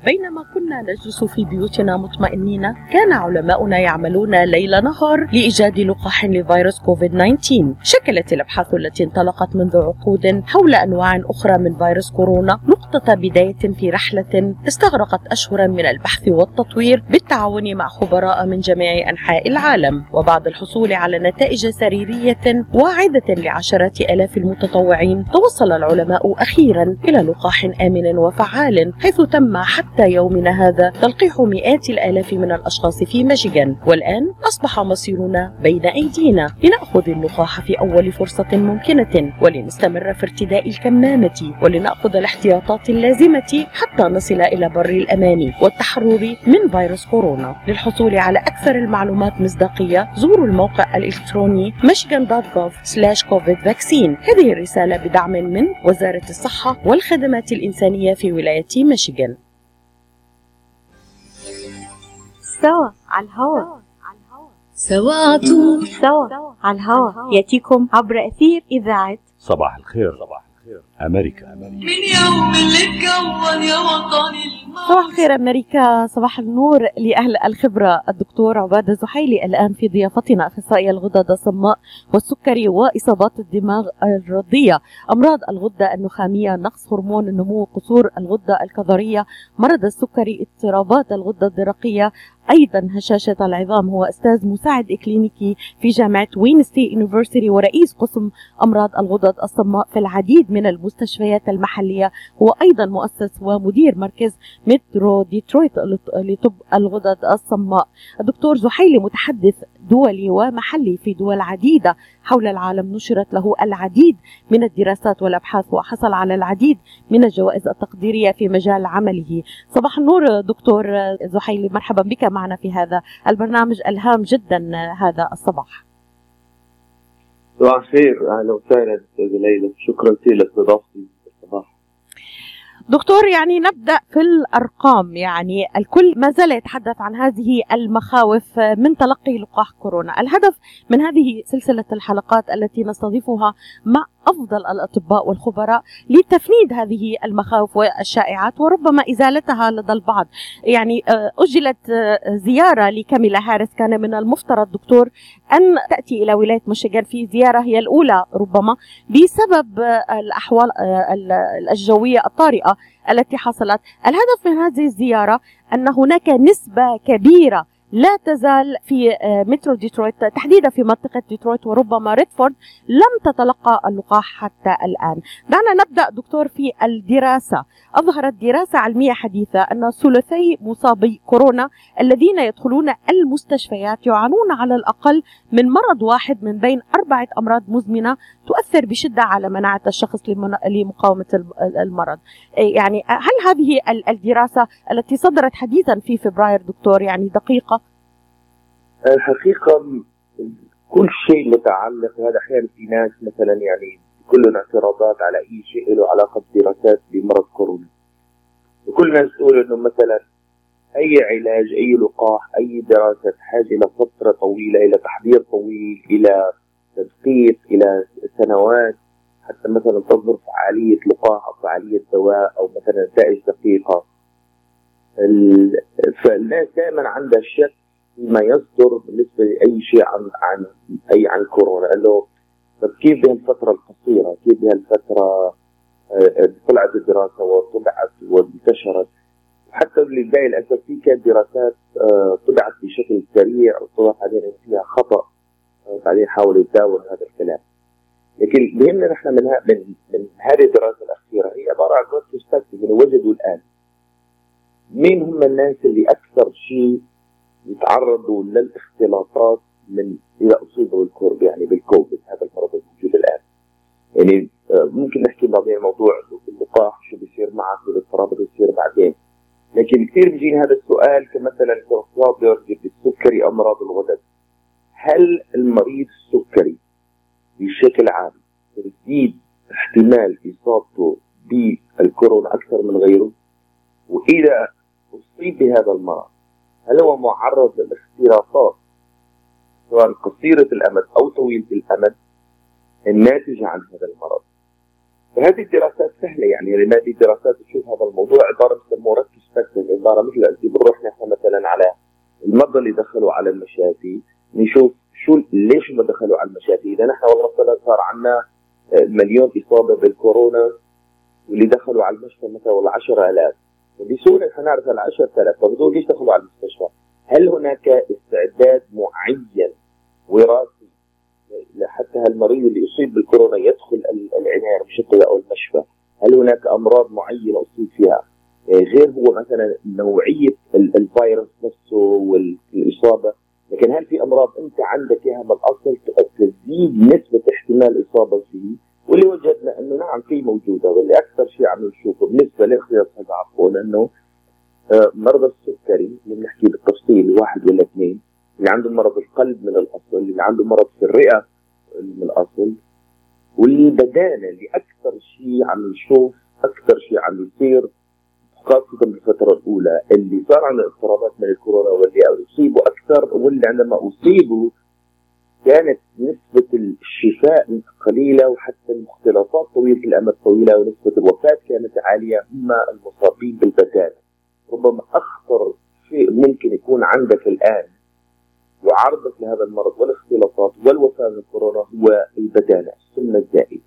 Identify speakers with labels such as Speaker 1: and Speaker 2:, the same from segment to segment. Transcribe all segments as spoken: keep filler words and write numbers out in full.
Speaker 1: بينما كنا نجلس في بيوتنا مطمئنين، كان علماؤنا يعملون ليل نهار لإيجاد لقاح لفيروس كوفيد تسعة عشر. شكلت الأبحاث التي انطلقت منذ عقود حول أنواع أخرى من فيروس كورونا نقطة بداية في رحلة استغرقت أشهرا من البحث والتطوير بالتعاون مع خبراء من جميع أنحاء العالم. وبعد الحصول على نتائج سريرية واعدة لعشرات آلاف المتطوعين، توصل العلماء أخيرا إلى لقاح آمن وفعال، حيث تم حتى يومنا هذا تلقيح مئات الآلاف من الأشخاص في ميشيغان. والآن أصبح مصيرنا بين أيدينا لنأخذ اللقاح في أول فرصة ممكنة، ولنستمر في ارتداء الكمامة، ولنأخذ الاحتياطات اللازمة حتى نصل إلى بر الأمان والتحرر من فيروس كورونا. للحصول على أكثر المعلومات مصداقية زوروا الموقع الإلكتروني michigan dot gov slash covid vaccine. هذه الرسالة بدعم من وزارة الصحة والخدمات الإنسانية في ولاية ميشيغان.
Speaker 2: سوا على الهواء،
Speaker 3: سوا عطول،
Speaker 2: سوا على الهواء، يأتيكم عبر أثير إذاعة
Speaker 4: صباح الخير. صباح الخير أمريكا.
Speaker 3: من يوم اللي اتكون يا وطني.
Speaker 1: صباح الخير أمريكا، صباح النور لأهل الخبرة. الدكتور عبادة زحيلي الآن في ضيافتنا، أخصائي الغدد الصماء والسكري وإصابات الدماغ الرضية، أمراض الغدة النخامية، نقص هرمون النمو، قصور الغدة الكظرية، مرض السكري، اضطرابات الغدة الدرقية، أيضا هشاشة العظام. هو أستاذ مساعد إكلينيكي في جامعة وين ستيت يونيفرسيتي ورئيس قسم أمراض الغدد الصماء في العديد من المستشفيات المحلية. هو أيضا مؤسس ومدير مركز مترو ديترويت لطب الغدد الصماء. الدكتور زحيلي متحدث دولي ومحلي في دول عديدة حول العالم، نشرت له العديد من الدراسات والأبحاث، وحصل على العديد من الجوائز التقديرية في مجال عمله. صباح النور دكتور زحيلي، مرحبا بك معنا في هذا البرنامج الهام جدا هذا الصباح.
Speaker 5: صباح الخير، أهلا وسهلا أستاذ ليلى، شكرا لك لاستضافتي الصباح.
Speaker 1: دكتور، يعني نبدأ في الأرقام. يعني الكل ما زال يتحدث عن هذه المخاوف من تلقي لقاح كورونا. الهدف من هذه سلسلة الحلقات التي نستضيفها مع أفضل الأطباء والخبراء لتفنيد هذه المخاوف والشائعات وربما إزالتها لدى البعض. يعني أجلت زيارة لكاميلا هاريس، كان من المفترض دكتور أن تأتي إلى ولاية ميشيغان في زيارة هي الأولى ربما بسبب الأحوال الجوية الطارئة التي حصلت. الهدف من هذه الزيارة أن هناك نسبة كبيرة لا تزال في مترو ديترويت، تحديدا في منطقة ديترويت وربما ريدفورد، لم تتلقى اللقاح حتى الآن. دعنا نبدأ دكتور في الدراسة. أظهرت دراسة علمية حديثة أن ثلثي مصابي كورونا الذين يدخلون المستشفيات يعانون على الأقل من مرض واحد من بين أربعة أمراض مزمنة تؤثر بشدة على مناعة الشخص لمقاومة المرض. يعني هل هذه الدراسة التي صدرت حديثا في فبراير دكتور يعني دقيقة؟
Speaker 5: الحقيقة كل شيء متعلق هذا، أحيانا في ناس مثلا يعني كلنا اعتراضات على أي شيء له علاقة بدراسات بمرض كورونا، وكل الناس تقول إنه مثلا أي علاج، أي لقاح، أي دراسة تحتاج إلى فترة طويلة، إلى تحضير طويل، إلى تدقيق، إلى سنوات حتى مثلا تظهر فعالية لقاح أو فعالية دواء أو مثلا نتائج دقيقة. فالناس دائما عندها شك فيما يصدر بالنسبة لأي شيء عن عن أي عن كورونا، إنه طب كيف بهالفترة القصيرة، كيف بهالفترة طلعت الدراسة وطبعت وانتشرت، حتى للباقي الأسف في كانت دراسات طبعت بشكل سريع وطلع بعدين فيها خطأ، بعدين حاولوا يداوروا هذا الكلام. لكن بهمنا نحن من من من هذه الدراسة الأخيرة هي عبارة عن ريتروسبكتيف، اللي وجدوا الآن مين هم الناس اللي أكثر شيء يتعرضوا للاختلاطات من إذا أصيبوا بالكورب، يعني بالكوفيد، هذا المرض الموجود الآن. يعني ممكن نحكي بعدين موضوع اللقاح شو بيصير معك والاضطراب اللي بيصير بعدين، لكن كثير بيجينا هذا السؤال كمثلا كصادر بالسكري أمراض الغدد. هل المريض السكري بشكل عام يزيد احتمال إصابته بالكورونا أكثر من غيره؟ وإذا أصيب بهذا المرض هل هو معرض للاختلاطات سواء قصيرة الأمد أو طويلة الأمد الناتجة عن هذا المرض؟ فهذه الدراسات سهلة، يعني لأن هذه الدراسات تشوف هذا الموضوع عبارة بسموه ريتروسبكتيف، الصداره مثل اللي بنروح نحن مثلا على المرضى اللي دخلوا على المشافي نشوف شو ليش ما دخلوا على المشافي. اذا نحن والله مثلا صار عندنا مليون اصابه بالكورونا واللي دخلوا على المشفى مثلا والله عشرة آلاف، بسهوله حنعرف ال عشرة آلاف، طب هذول ليش دخلوا على المستشفى؟ هل هناك استعداد معين وراثي لحتى هالمريض اللي يصيب بالكورونا يدخل العنايه المشدده او المشفى؟ هل هناك امراض معينه اصيب فيها غير هو مثلا نوعيه الفيروس نفسه والاصابه؟ لكن هل في امراض انت عندك اياها بالاصل تزيد نسبه احتمال الاصابه فيه؟ واللي وجدنا انه نعم في موجوده، واللي اكثر شيء عم نشوفه بالنسبه للخياط هذا عفوا انه مرضى السكري اللي بنحكي بالتفصيل واحد ولا اثنين، اللي عنده مرض القلب من الاصل، اللي عنده مرض في الرئه من الاصل، والبدانه اللي اكثر شيء عم نشوف اكثر شيء عم يصير خاصه بالفتره الاولى اللي صار عندنا اضطرابات من الكورونا واللي اصيبوا اكثر، واللي عندما اصيبوا كانت نسبه الشفاء قليله وحتى المختلطات طويله الامد طويله ونسبه الوفاه كانت عاليه. هم المصابين بالبدانه ربما اخطر شيء ممكن يكون عندك الان يعرضك لهذا المرض والاختلاطات والوفاه من الكورونا هو البدانه، السمنه الزائده.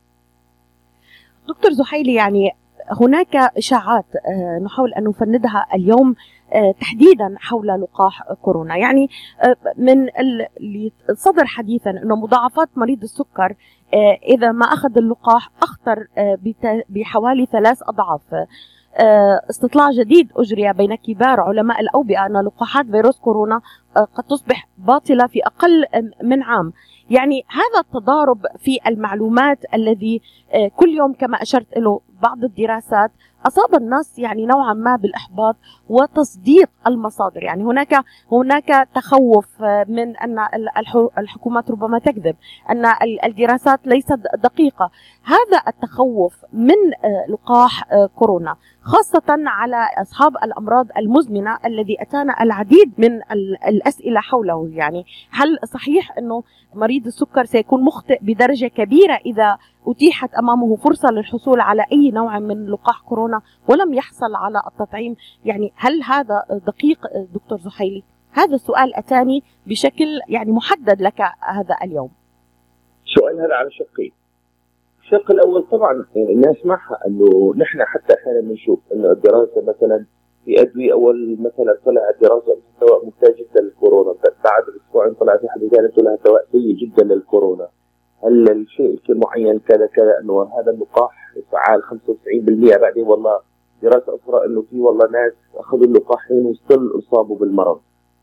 Speaker 1: دكتور زحيلي، يعني هناك إشاعات نحاول أن نفندها اليوم تحديدا حول لقاح كورونا، يعني من اللي صدر حديثا أنه مضاعفات مريض السكر إذا ما أخذ اللقاح أخطر بحوالي ثلاث أضعاف. استطلاع جديد أجري بين كبار علماء الأوبئة أن لقاحات فيروس كورونا قد تصبح باطلة في أقل من عام. يعني هذا التضارب في المعلومات الذي كل يوم كما أشرت له بعض الدراسات أصاب الناس يعني نوعا ما بالإحباط وتصديق المصادر. يعني هناك هناك تخوف من أن الحكومات ربما تكذب، أن الدراسات ليست دقيقة. هذا التخوف من لقاح كورونا خاصة على أصحاب الأمراض المزمنة الذي أتانا العديد من الأسئلة حوله. يعني هل صحيح أنه مريض السكر سيكون مخطئ بدرجة كبيرة إذا أتيحت أمامه فرصة للحصول على أي نوع من لقاح كورونا ولم يحصل على التطعيم؟ يعني هل هذا دقيق دكتور زحيلي؟ هذا السؤال أتاني بشكل يعني محدد لك هذا اليوم.
Speaker 5: سؤال هذا على شقين. الشق الأول طبعا الناس معها أنه نحن حتى أحيانا بنشوف أنه الدراسة مثلا في أدوية أول مثلا طلعت دراسة دواء ممتاز جدا للكورونا، بعد أسبوعين طلعت في حد ثاني لها دواء سيء جدا للكورونا. هل الشيء المعين كذا كذا انه هذا اللقاح فعال خمسة وتسعين بالمئة، بعدين والله دراسه اخرى انه في والله ناس اخذوا اللقاحين وصل اصابوا بالمرض.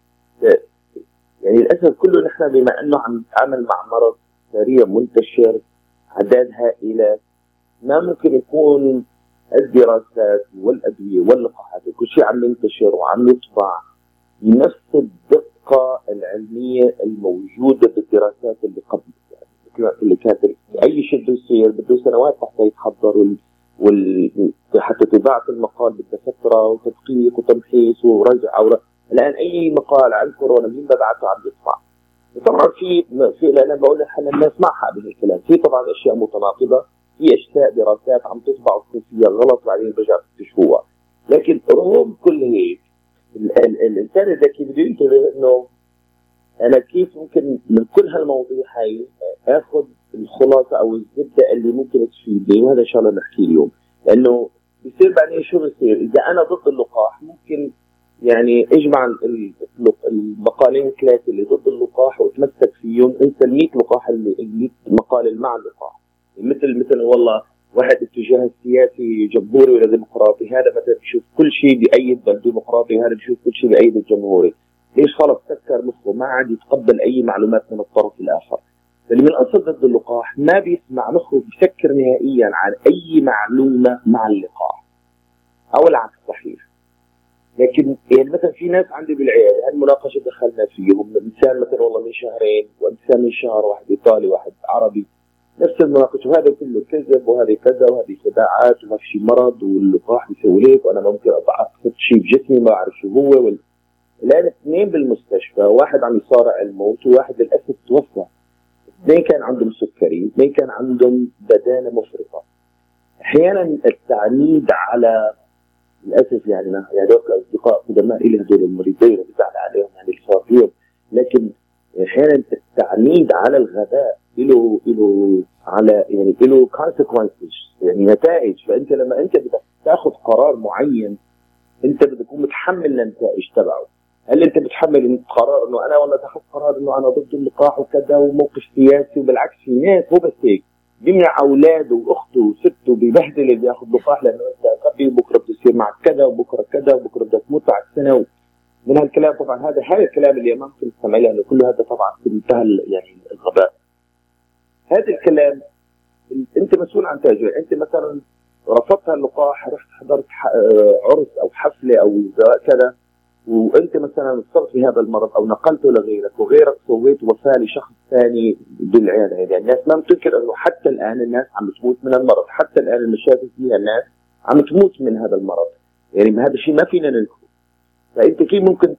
Speaker 5: يعني للاسف كله نحن بما انه عم نتعامل مع مرض سريع منتشر اعداد هائله، ما ممكن يكون الدراسات والادويه واللقاحات وكل شيء عم ينتشر وعم يطبع بنفس الدقه العلميه الموجوده بالدراسات اللي قبل. اللي كانت اي شيء بده يصير بده سنوات حتى يتحضر وال, وال... حتى تباعة المقال بدها فتره وتدقيق وتمحيص ورجع ورا. الان اي مقال عن كورونا مين ببعته عم يطبع. طبعا في في انا بقول احنا الناس معها بهالكلام، في طبعا اشياء متناقضه، في اشياء دراسات عم تطبع وتكون فيها غلط بعدين برجع تكتشفوها. لكن رغم كل هيك الانسان الذكي بده ينتبه انه أنا كيف ممكن من كل هالمواضيع هاي آخذ الخلاصة أو الزبدة اللي ممكن تفيدني، وهذا إن شاء الله نحكي اليوم. لأنه بيصير بعدين شو بيصير إذا أنا ضد اللقاح، ممكن يعني اجمع المقالين الثلاثة اللي ضد اللقاح واتمسك فيهم، انسى المية لقاح اللي المية مقال اللي مع اللقاح. مثل مثل والله واحد اتجاه السياسي جمهوري ولا ديمقراطي، هذا مثلا بيشوف كل شيء بأيد الديمقراطي، هذا بيشوف كل شيء بأيد الجمهوري. ليش؟ خلص سكر مخه، ما عاد يتقبل اي معلومات من الطرف الاخر. اللي من اصل ضد اللقاح ما بيسمع مخه، بيفكر نهائيا عن اي معلومه مع اللقاح او العكس صحيح. لكن يعني مثلا في ناس عندي بالعياده هالمناقشه دخلنا فيهم، مثال مثلا والله من شهرين ومثال من شهر، واحد ايطالي واحد عربي، نفس المناقشه، وهذا كله كذب وهذه كذا وهذه خداعات وما في شيء مرض واللقاح بيسوي ليك وانا ممكن اضعف شيء بجسمي ما اعرف شو هو وال... الآن اثنين بالمستشفى، واحد عم يصارع الموت وواحد للأسف توفى. اثنين كان عندهم سكري، اثنين كان عندهم بدانة مفرطة. أحيانا التعميد على للاسف يعني يعني اصدقاء قدماء الى هذول المريضين بزعل عليهم يعني اللي صار فيهم، لكن احيانا التعنيد على الغذاء له له على يعني له consequences يعني نتائج. فانت لما انت بدك تاخذ قرار معين انت بدك تكون متحمل النتائج تبعه. هل انت بتحمل قرار انه انا والله اخذت قرار انه انا ضد اللقاح وكذا وموقف سياسي، وبالعكس في ناس مو بس هيك بيمنع اولاده واخته وسته ببهدل اللي بياخذ لقاح لانه انت غبي وبكره بده يصير معك كذا وبكره كذا وبكره بدك تموت بعد سنه من هالكلام. طبعا هذا هذا الكلام اللي ما ممكن تسمع له لانه كل هذا طبعا في منتهى يعني الغباء. هذا الكلام انت مسؤول عن تاجر. انت مثلا رفضت اللقاح، رحت حضرت عرس او حفله او كذا وانت مثلا اصبت بهذا المرض او نقلته لغيرك وغيرك سويت وفاه لشخص ثاني بالعياده. يعني الناس ما بتنكر انه حتى الان الناس عم تموت من المرض، حتى الان المشاكل فيها الناس عم تموت من هذا المرض، يعني هذا الشيء ما فينا ننكره. فانت كيف ممكن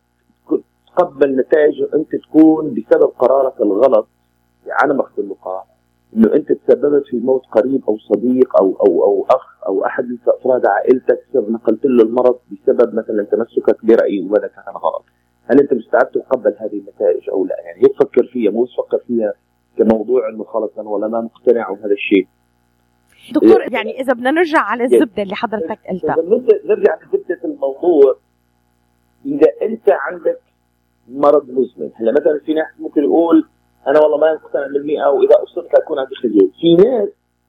Speaker 5: تقبل نتائج انت تكون بسبب قرارك الغلط بعدم اخذ اللقاح انه انت تسببت في موت قريب او صديق او او او اخ او احد من افراد عائلتك نقلت له المرض بسبب مثلا تمسكك براي وهذا كان غلط. هل انت مستعد تقبل هذه النتائج او لا؟ يعني هيك فكر فيها، مو تفكر فيها كموضوع انه خلص انا ولا ما مقتنع بهذا الشيء.
Speaker 1: دكتور يعني اذا بدنا نرجع على الزبده اللي حضرتك قلتها،
Speaker 5: نرجع لزبده الموضوع. اذا انت عندك مرض مزمن، هلا مثلا في ناس ممكن يقول انا والله ما مقتنع بالمئة واذا اصبت اكون عندي خجول. في ناس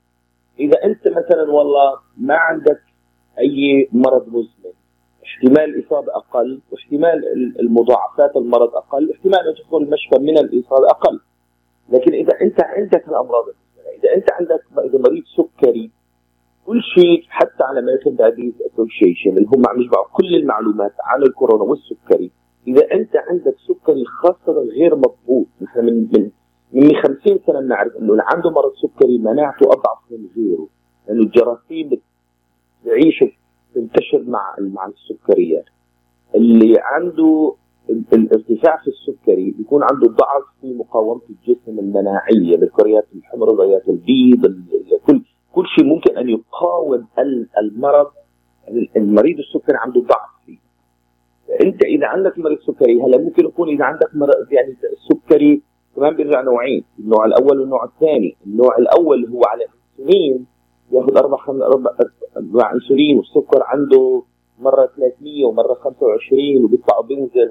Speaker 5: اذا انت مثلا والله ما عندك اي مرض مزمن احتمال الاصابه اقل، واحتمال المضاعفات المرض اقل، احتمال ان تدخل المشفى من الاصابه اقل. لكن اذا انت عندك الامراض المزمنه، اذا انت عندك اذا مريض سكري، كل شيء حتى على American Diabetes Association اللي هم عم يجمعوا كل المعلومات عن الكورونا والسكري، اذا انت عندك سكري خاصه غير مضبوط، نحن من من من خمسين سنه بنعرف انه اللي عنده مرض سكري مناعته اضعف من غيره، لانه الجراثيم بتعيش تنتشر مع مع السكريات. اللي عنده الارتفاع في السكري بيكون عنده ضعف في مقاومه الجسم المناعيه بالكريات الحمراء والكريات البيض، كل كل شيء ممكن ان يقاوم المرض. المريض السكري عنده ضعف فيه. انت اذا عندك مريض سكري، هلا ممكن يكون اذا عندك مرض يعني السكري كمان بيرجع نوعين، النوع الاول والنوع الثاني. النوع االاول هو على الانسولين، ياخذ اربع خمس اربع انواع انسولين، والسكر عنده مره ثلاثمية ومره خمسة وعشرين وبيطلع وبينزل،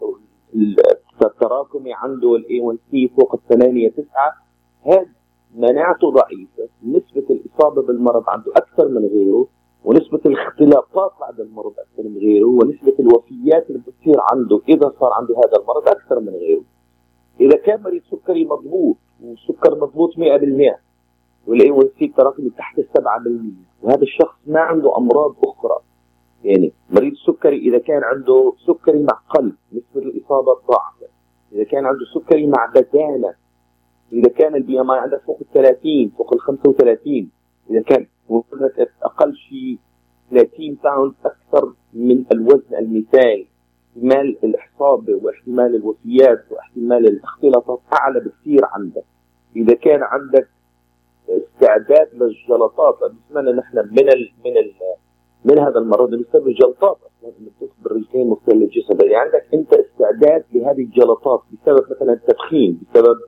Speaker 5: والتراكمي عنده الاي واحد سي فوق الثمانية تسعة. هذا مناعته ضعيفه، نسبه الاصابه بالمرض عنده اكثر من غيره، ونسبة الاختلاطات بعد المرض أكثر من غيره، ونسبة الوفيات اللي بتصير عنده إذا صار عنده هذا المرض أكثر من غيره. إذا كان مريض سكري مضبوط وسكر مضبوط مئة بالمئة والإي واحد سي تراكمي تحت السبعة بالمئة، وهذا الشخص ما عنده أمراض أخرى، يعني مريض سكري إذا كان عنده سكري مع قلب نسبة الإصابة ضعفة، إذا كان عنده سكري مع بدانة، إذا كان البي ام اي عندك فوق الثلاثين فوق الخمسة وثلاثين، إذا كان وزنك أقل شيء ثلاثين باوند أكثر من الوزن المثالي، احتمال الإصابة واحتمال الوفيات واحتمال الاختلاطات أعلى بكثير عندك. إذا كان عندك استعداد للجلطات، بنسمعنا نحن من ال من ال من هذا المرض اللي بسبب الجلطات أصلا اللي بتصيب بالرجلين وكل الجسد، يعني عندك أنت استعداد لهذه الجلطات بسبب مثلا التدخين، بسبب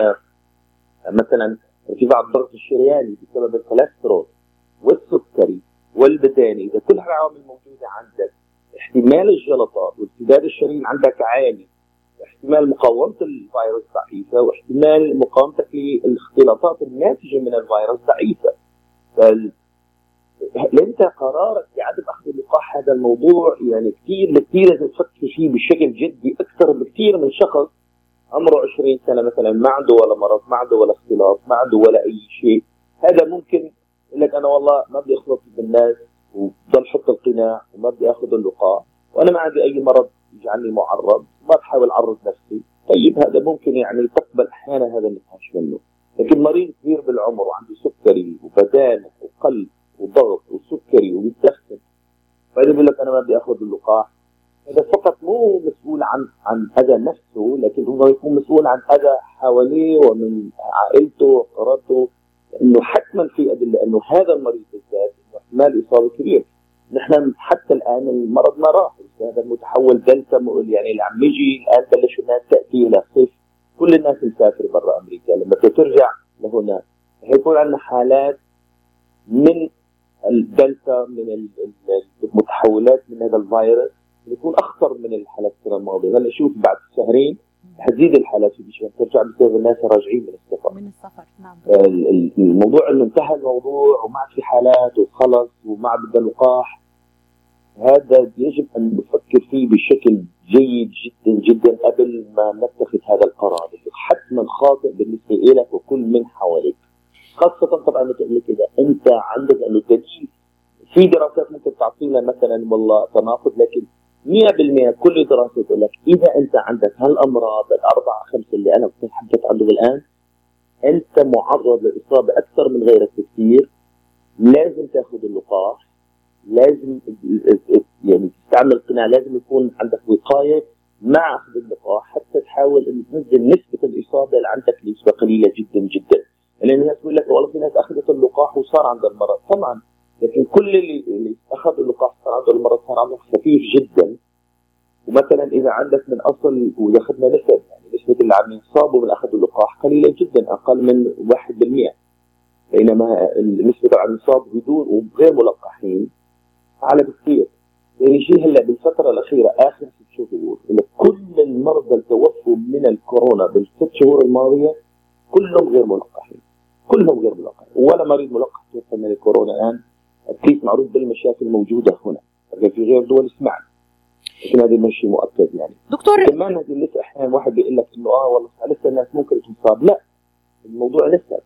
Speaker 5: مثلا ارتفاع الضغط الشرياني، بسبب الكوليسترول والسكري والبداني. إذا كل هالعوامل موجودة عندك، احتمال الجلطات والسداد الشرايين عندك عالي، احتمال مقاومة الفيروس ضعيفة، واحتمال مقاومتك للاختلاطات الناتجة من الفيروس ضعيفة. فال... انت قرارك بعدم اخذ اللقاح هذا الموضوع يعني كثير كثير لازم تفكر فيه بشكل جدي اكثر بكثير من شخص عمره عشرين سنة مثلا ما عنده ولا مرض، ما عنده ولا اختلاط، ما عنده ولا اي شيء. هذا ممكن يقول لك انا والله ما بدي اخلط بالناس وبضل حط القناع وما بدي اخذ اللقاح وانا ما عندي اي مرض يجعلني معرض، ما بحاول اعرض نفسي. طيب هذا ممكن يعني تقبل احيانا هذا النقاش منه. لكن مريض كبير بالعمر وعنده سكري وبدانه وقلب وضغط وسكري وبيتدخن، فإذا بيقول لك انا ما بدي اخذ اللقاح، هذا فقط مو مسؤول عن عن اذى نفسه، لكن هو يكون مسؤول عن اذى حواليه ومن عائلته وقراته، انه حتما في ادله انه هذا المريض بالذات انه احتمال اصابه كبير. نحن حتى الان المرض ما راح، هذا المتحول دلتا يعني اللي عم يجي الان بلشوا الناس تاتي الى صيف، كل الناس مسافر برا امريكا، لما ترجع لهنا حيكون عندنا حالات من الدلتا من المتحولات من هذا الفيروس يكون اخطر من الحالات السنه الماضيه. هلا شوف بعد شهرين حتزيد الحالات في بشوي، ترجع بسبب الناس راجعين من السفر
Speaker 1: من السفر نعم.
Speaker 5: الموضوع انه انتهى الموضوع وما عاد في حالات وخلص وما عاد بدنا لقاح، هذا يجب ان نفكر فيه بشكل جيد جدا جدا قبل ما نتخذ هذا القرار. حتما خاطئ بالنسبه لك وكل من حواليك، خاصه طبعا مثل كذا انت عندك انه دليل في دراسات ممكن تعطينا مثلا والله تناقض، لكن مئة بالمئة كل دراسة تقول لك إذا أنت عندك هالأمراض الأربعة خمسة اللي أنا بتحدث عنهم الآن، أنت معرض للإصابة أكثر من غيرك كثير، لازم تأخذ اللقاح، لازم يعني تستعمل قناع، لازم يكون عندك وقاية مع أخذ اللقاح حتى تحاول أن تنزل نسبة الإصابة اللي عندك نسبة قليلة جدا جدا. لأن الناس تقول لك والله في ناس أخذت اللقاح وصار عندها المرض، طبعا لكن كل اللي, اللي أخذ اللقاح صار عنده المرض صار عنده خفيف جدا. ومثلا إذا عندك من أصل وإذا أخذنا نسب يعني نسبة اللي عم يصابوا من أخذ اللقاح قليلة جدا أقل من واحد بالمئة، بينما نسبة اللي عم يصاب بدون وغير ملقحين أعلى بكثير. يعني شيء هلا بالفترة الأخيرة آخر ست شهور كل المرضى اللي توفوا من الكورونا بالست شهور الماضية كلهم غير ملقحين، كلهم غير ملقحين، ولا مريض ملقح توفى من الكورونا الآن. كيف معروف بالمشاكل موجودة هنا في غير دول سمعنا، لكن هذا ماشي مؤكد. يعني
Speaker 1: دكتور
Speaker 5: كمان هذه لسه أحيانا واحد بيقول لك إنه آه والله لسه الناس ممكن تصاب، لا الموضوع لسه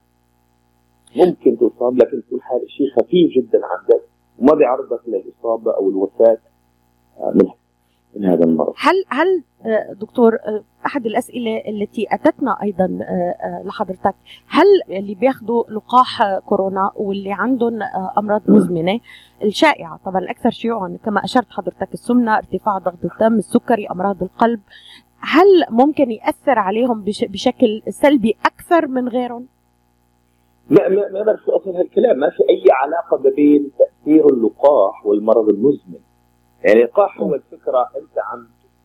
Speaker 5: ممكن تصاب لكن تكون حاجة شيء خفيف جدا عندك وما بيعرضك للإصابة أو الوفاة من من هذا المرض.
Speaker 1: هل هل دكتور أحد الأسئلة التي أتتنا أيضا لحضرتك، هل اللي بياخدوا لقاح كورونا واللي عندهم أمراض مزمنة الشائعة طبعا الأكثر شيوعا كما أشرت حضرتك، السمنة، ارتفاع ضغط الدم، السكري، أمراض القلب، هل ممكن يأثر عليهم بشكل سلبي أكثر من غيرهم؟
Speaker 5: لا ما ما بعرف أصل هالكلام، ما في أي علاقة ما بين تأثير اللقاح والمرض المزمن. يعني اللقاح هو الفكرة أنت عم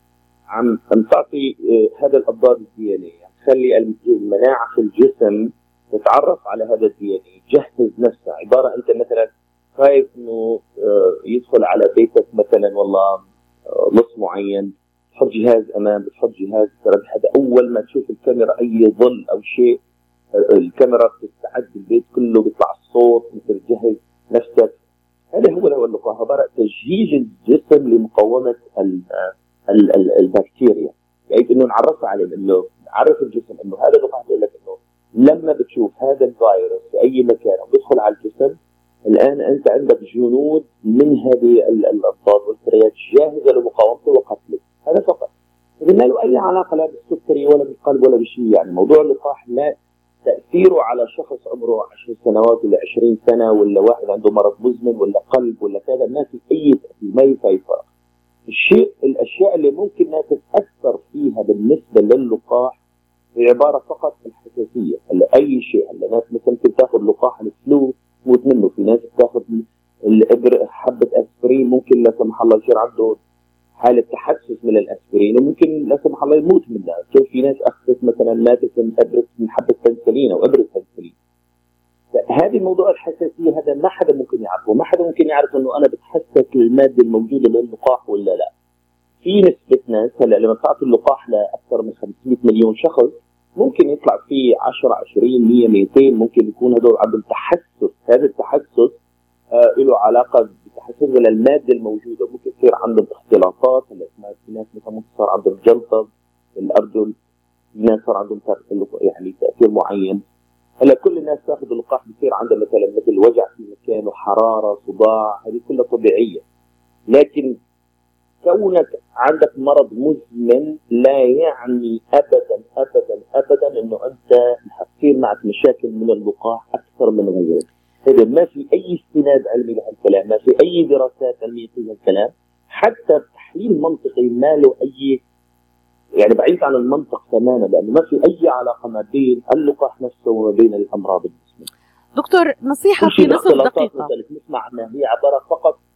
Speaker 5: عم عم تعطي هذا الأضداد الدي إن إيه، يعني تخلي المناعة في الجسم تتعرف على هذا الدي إن إيه، تجهز نفسها. عبارة أنت مثلا خايف إنه يدخل على بيتك مثلا والله لص معين، تحط جهاز أمام، بتحط جهاز ترى هذا أول ما تشوف الكاميرا أي ظل أو شيء الكاميرا بتستعد البيت كله بيطلع الصوت، انت تجهز نفسك. هذا هو هو اللقاح، عباره تجهيز الجسم لمقاومه ال ال ال البكتيريا، يعني انه نعرفها عليه، انه نعرف الجسم انه هذا اللقاح بيقول لك انه لما بتشوف هذا الفيروس في اي مكان وبيدخل على الجسم الان انت عندك جنود من هذه الاضداد والكريات جاهزه لمقاومته وقتله. هذا فقط، ما له اي علاقه لا بالسكري ولا بالقلب ولا بشيء. يعني موضوع اللقاح لا تأثيره على شخص عمره عشر سنوات ولا عشرين سنة ولا واحد عنده مرض مزمن ولا قلب ولا كذا، ما في أي تأثير، ما في فرق. الشيء الأشياء اللي ممكن أنها تتأثر فيها بالنسبة للقاح هي عبارة فقط الحساسية. هلا أي شيء، هلا ناس مثلا تاخذ لقاح الفلو تموت منه، في ناس تاخذ الإبر حبة أسبرين ممكن لا سمح الله يصير عنده حالة تحسس من الأسبرين وممكن لا سمح الله يموت منها. كيف في ناس أخذت مثلا ماتت من إبرة من حبة بنسلين أو إبرة بنسلين. هذه موضوع الحساسية هذا ما حدا ممكن يعرفه، ما حدا ممكن يعرف إنه أنا بتحسس المادة الموجودة باللقاح ولا لا. في نسبة ناس هلا لما تعطي اللقاح لأكثر من خمسمئة مليون شخص ممكن يطلع فيه عشرة عشرين مية مئتين ممكن يكون هذول عندهم تحسس. هذا التحسس آه له علاقة بتحسسها للمادة الموجودة، ممكن يصير عندهم اختلاطات. هلا في ناس مثلا ممكن صار عندهم جلطة بالأرجل، في ناس صار عندهم يعني تأثير معين. هلا كل الناس تاخذ اللقاح بصير عندها مثلا مثل وجع في مكان وحرارة صداع، هذه كلها طبيعية. لكن كونك عندك مرض مزمن لا يعني أبدا أبدا أبدا إنه أنت حتصير معك مشاكل من اللقاح أكثر من غيره. هذا ما في أي استناد علمي لهالكلام، ما في أي دراسات علمية في هالكلام، حتى تحليل منطقي ما له أي يعني بعيد عن المنطق تماما، لأنه ما في أي علاقة ما بين اللقاح نفسه وما بين الأمراض المزمنة.
Speaker 1: دكتور نصيحة في نصف دقيقة.
Speaker 5: نسمع عنها هي عبارة فقط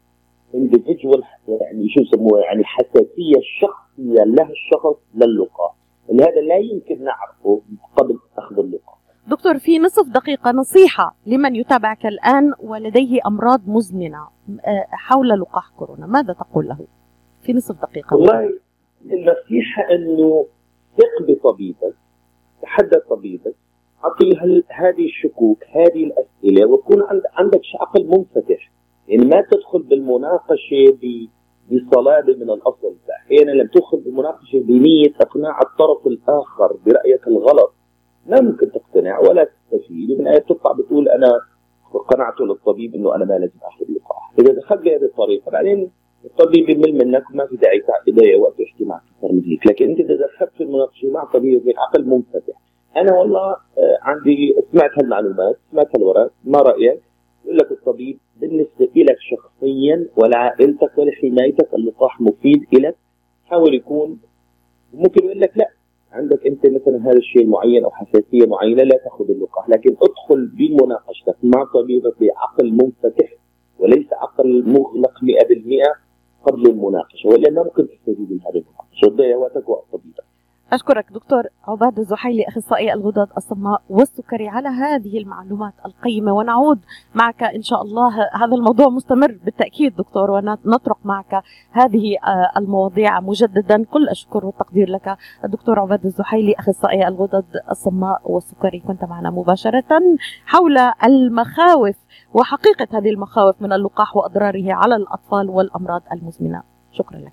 Speaker 5: individual يعني شو يسموه يعني حساسيه شخصيه له الشخص للقاح، هذا لا يمكن نعرفه قبل اخذ اللقاح.
Speaker 1: دكتور، في نصف دقيقة نصيحة لمن يتابعك الآن ولديه أمراض مزمنة حول لقاح كورونا، ماذا تقول له في نصف دقيقة؟
Speaker 5: والله النصيحة أنه ثق بطبيبك، تحدث طبيبك، أعطيه هذه الشكوك، هذه الأسئلة، ويكون عندك عقل منفتح، يعني ما تدخل بالمناقشة بصلابة من الأصل. أحيانا لم تدخل بالمناقشة بنية إقناع الطرف الآخر برأيك الغلط، ما ممكن تقتنع ولا تستفيد، ومن الآية تطلع بتقول أنا قنعت للطبيب إنه أنا ما لازم أخذ لقاح. إذا دخلت بهذه الطريقة بعدين الطبيب يمل منك وما في داعي يضيع وقت يحكي معك أكثر من هيك. لكن أنت إذا دخلت في المناقشة مع طبيب بعقل منفتح، أنا والله عندي سمعت هالمعلومات، سمعت هالورق، ما رأيك؟ يقول لك الطبيب بالنسبة لك شخصيا ولعائلتك ولحمايتك اللقاح مفيد لك، حاول يكون. ممكن يقول لك لا، عندك انت مثلا هذا الشيء المعين او حساسيه معينه لا تاخذ اللقاح، لكن ادخل بمناقشتك مع طبيبك بعقل منفتح وليس عقل مغلق مئة بالمئة قبل المناقشه، والا ما ممكن تستفيد من هذه المناقشه وتضيع وقتك ووقت طبيبك.
Speaker 1: أشكرك دكتور عباد الزحيلي، أخصائي الغدد الصماء والسكري، على هذه المعلومات القيمة، ونعود معك إن شاء الله. هذا الموضوع مستمر بالتأكيد دكتور، ونطرق معك هذه المواضيع مجددا. كل الشكر والتقدير لك الدكتور عباد الزحيلي، أخصائي الغدد الصماء والسكري، كنت معنا مباشرة حول المخاوف وحقيقة هذه المخاوف من اللقاح وأضراره على الأطفال والأمراض المزمنة. شكرا لك.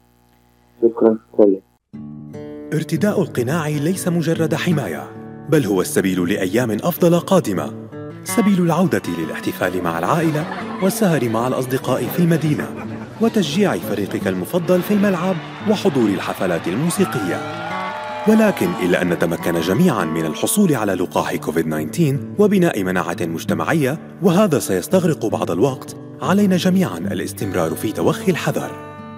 Speaker 5: شكرا كل.
Speaker 6: ارتداء القناع ليس مجرد حماية، بل هو السبيل لأيام أفضل قادمة، سبيل العودة للاحتفال مع العائلة والسهر مع الأصدقاء في المدينة، وتشجيع فريقك المفضل في الملعب وحضور الحفلات الموسيقية. ولكن إلا أن نتمكن جميعاً من الحصول على لقاح كوفيد تسعة عشر وبناء مناعة مجتمعية، وهذا سيستغرق بعض الوقت، علينا جميعاً الاستمرار في توخي الحذر،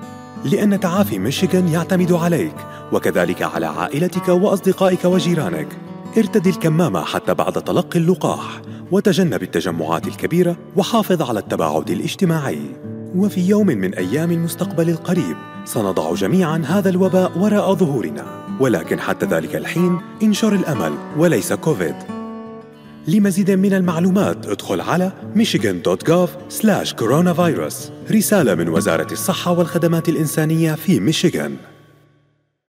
Speaker 6: لأن تعافي ميشيغان يعتمد عليك وكذلك على عائلتك وأصدقائك وجيرانك. ارتدي الكمامة حتى بعد تلقي اللقاح، وتجنب التجمعات الكبيرة، وحافظ على التباعد الاجتماعي. وفي يوم من أيام المستقبل القريب سنضع جميعا هذا الوباء وراء ظهورنا، ولكن حتى ذلك الحين انشر الأمل وليس كوفيد. لمزيد من المعلومات ادخل على michigan دوت جوف سلاش كورونا فيروس. رسالة من وزارة الصحة والخدمات الإنسانية في ميشيغان.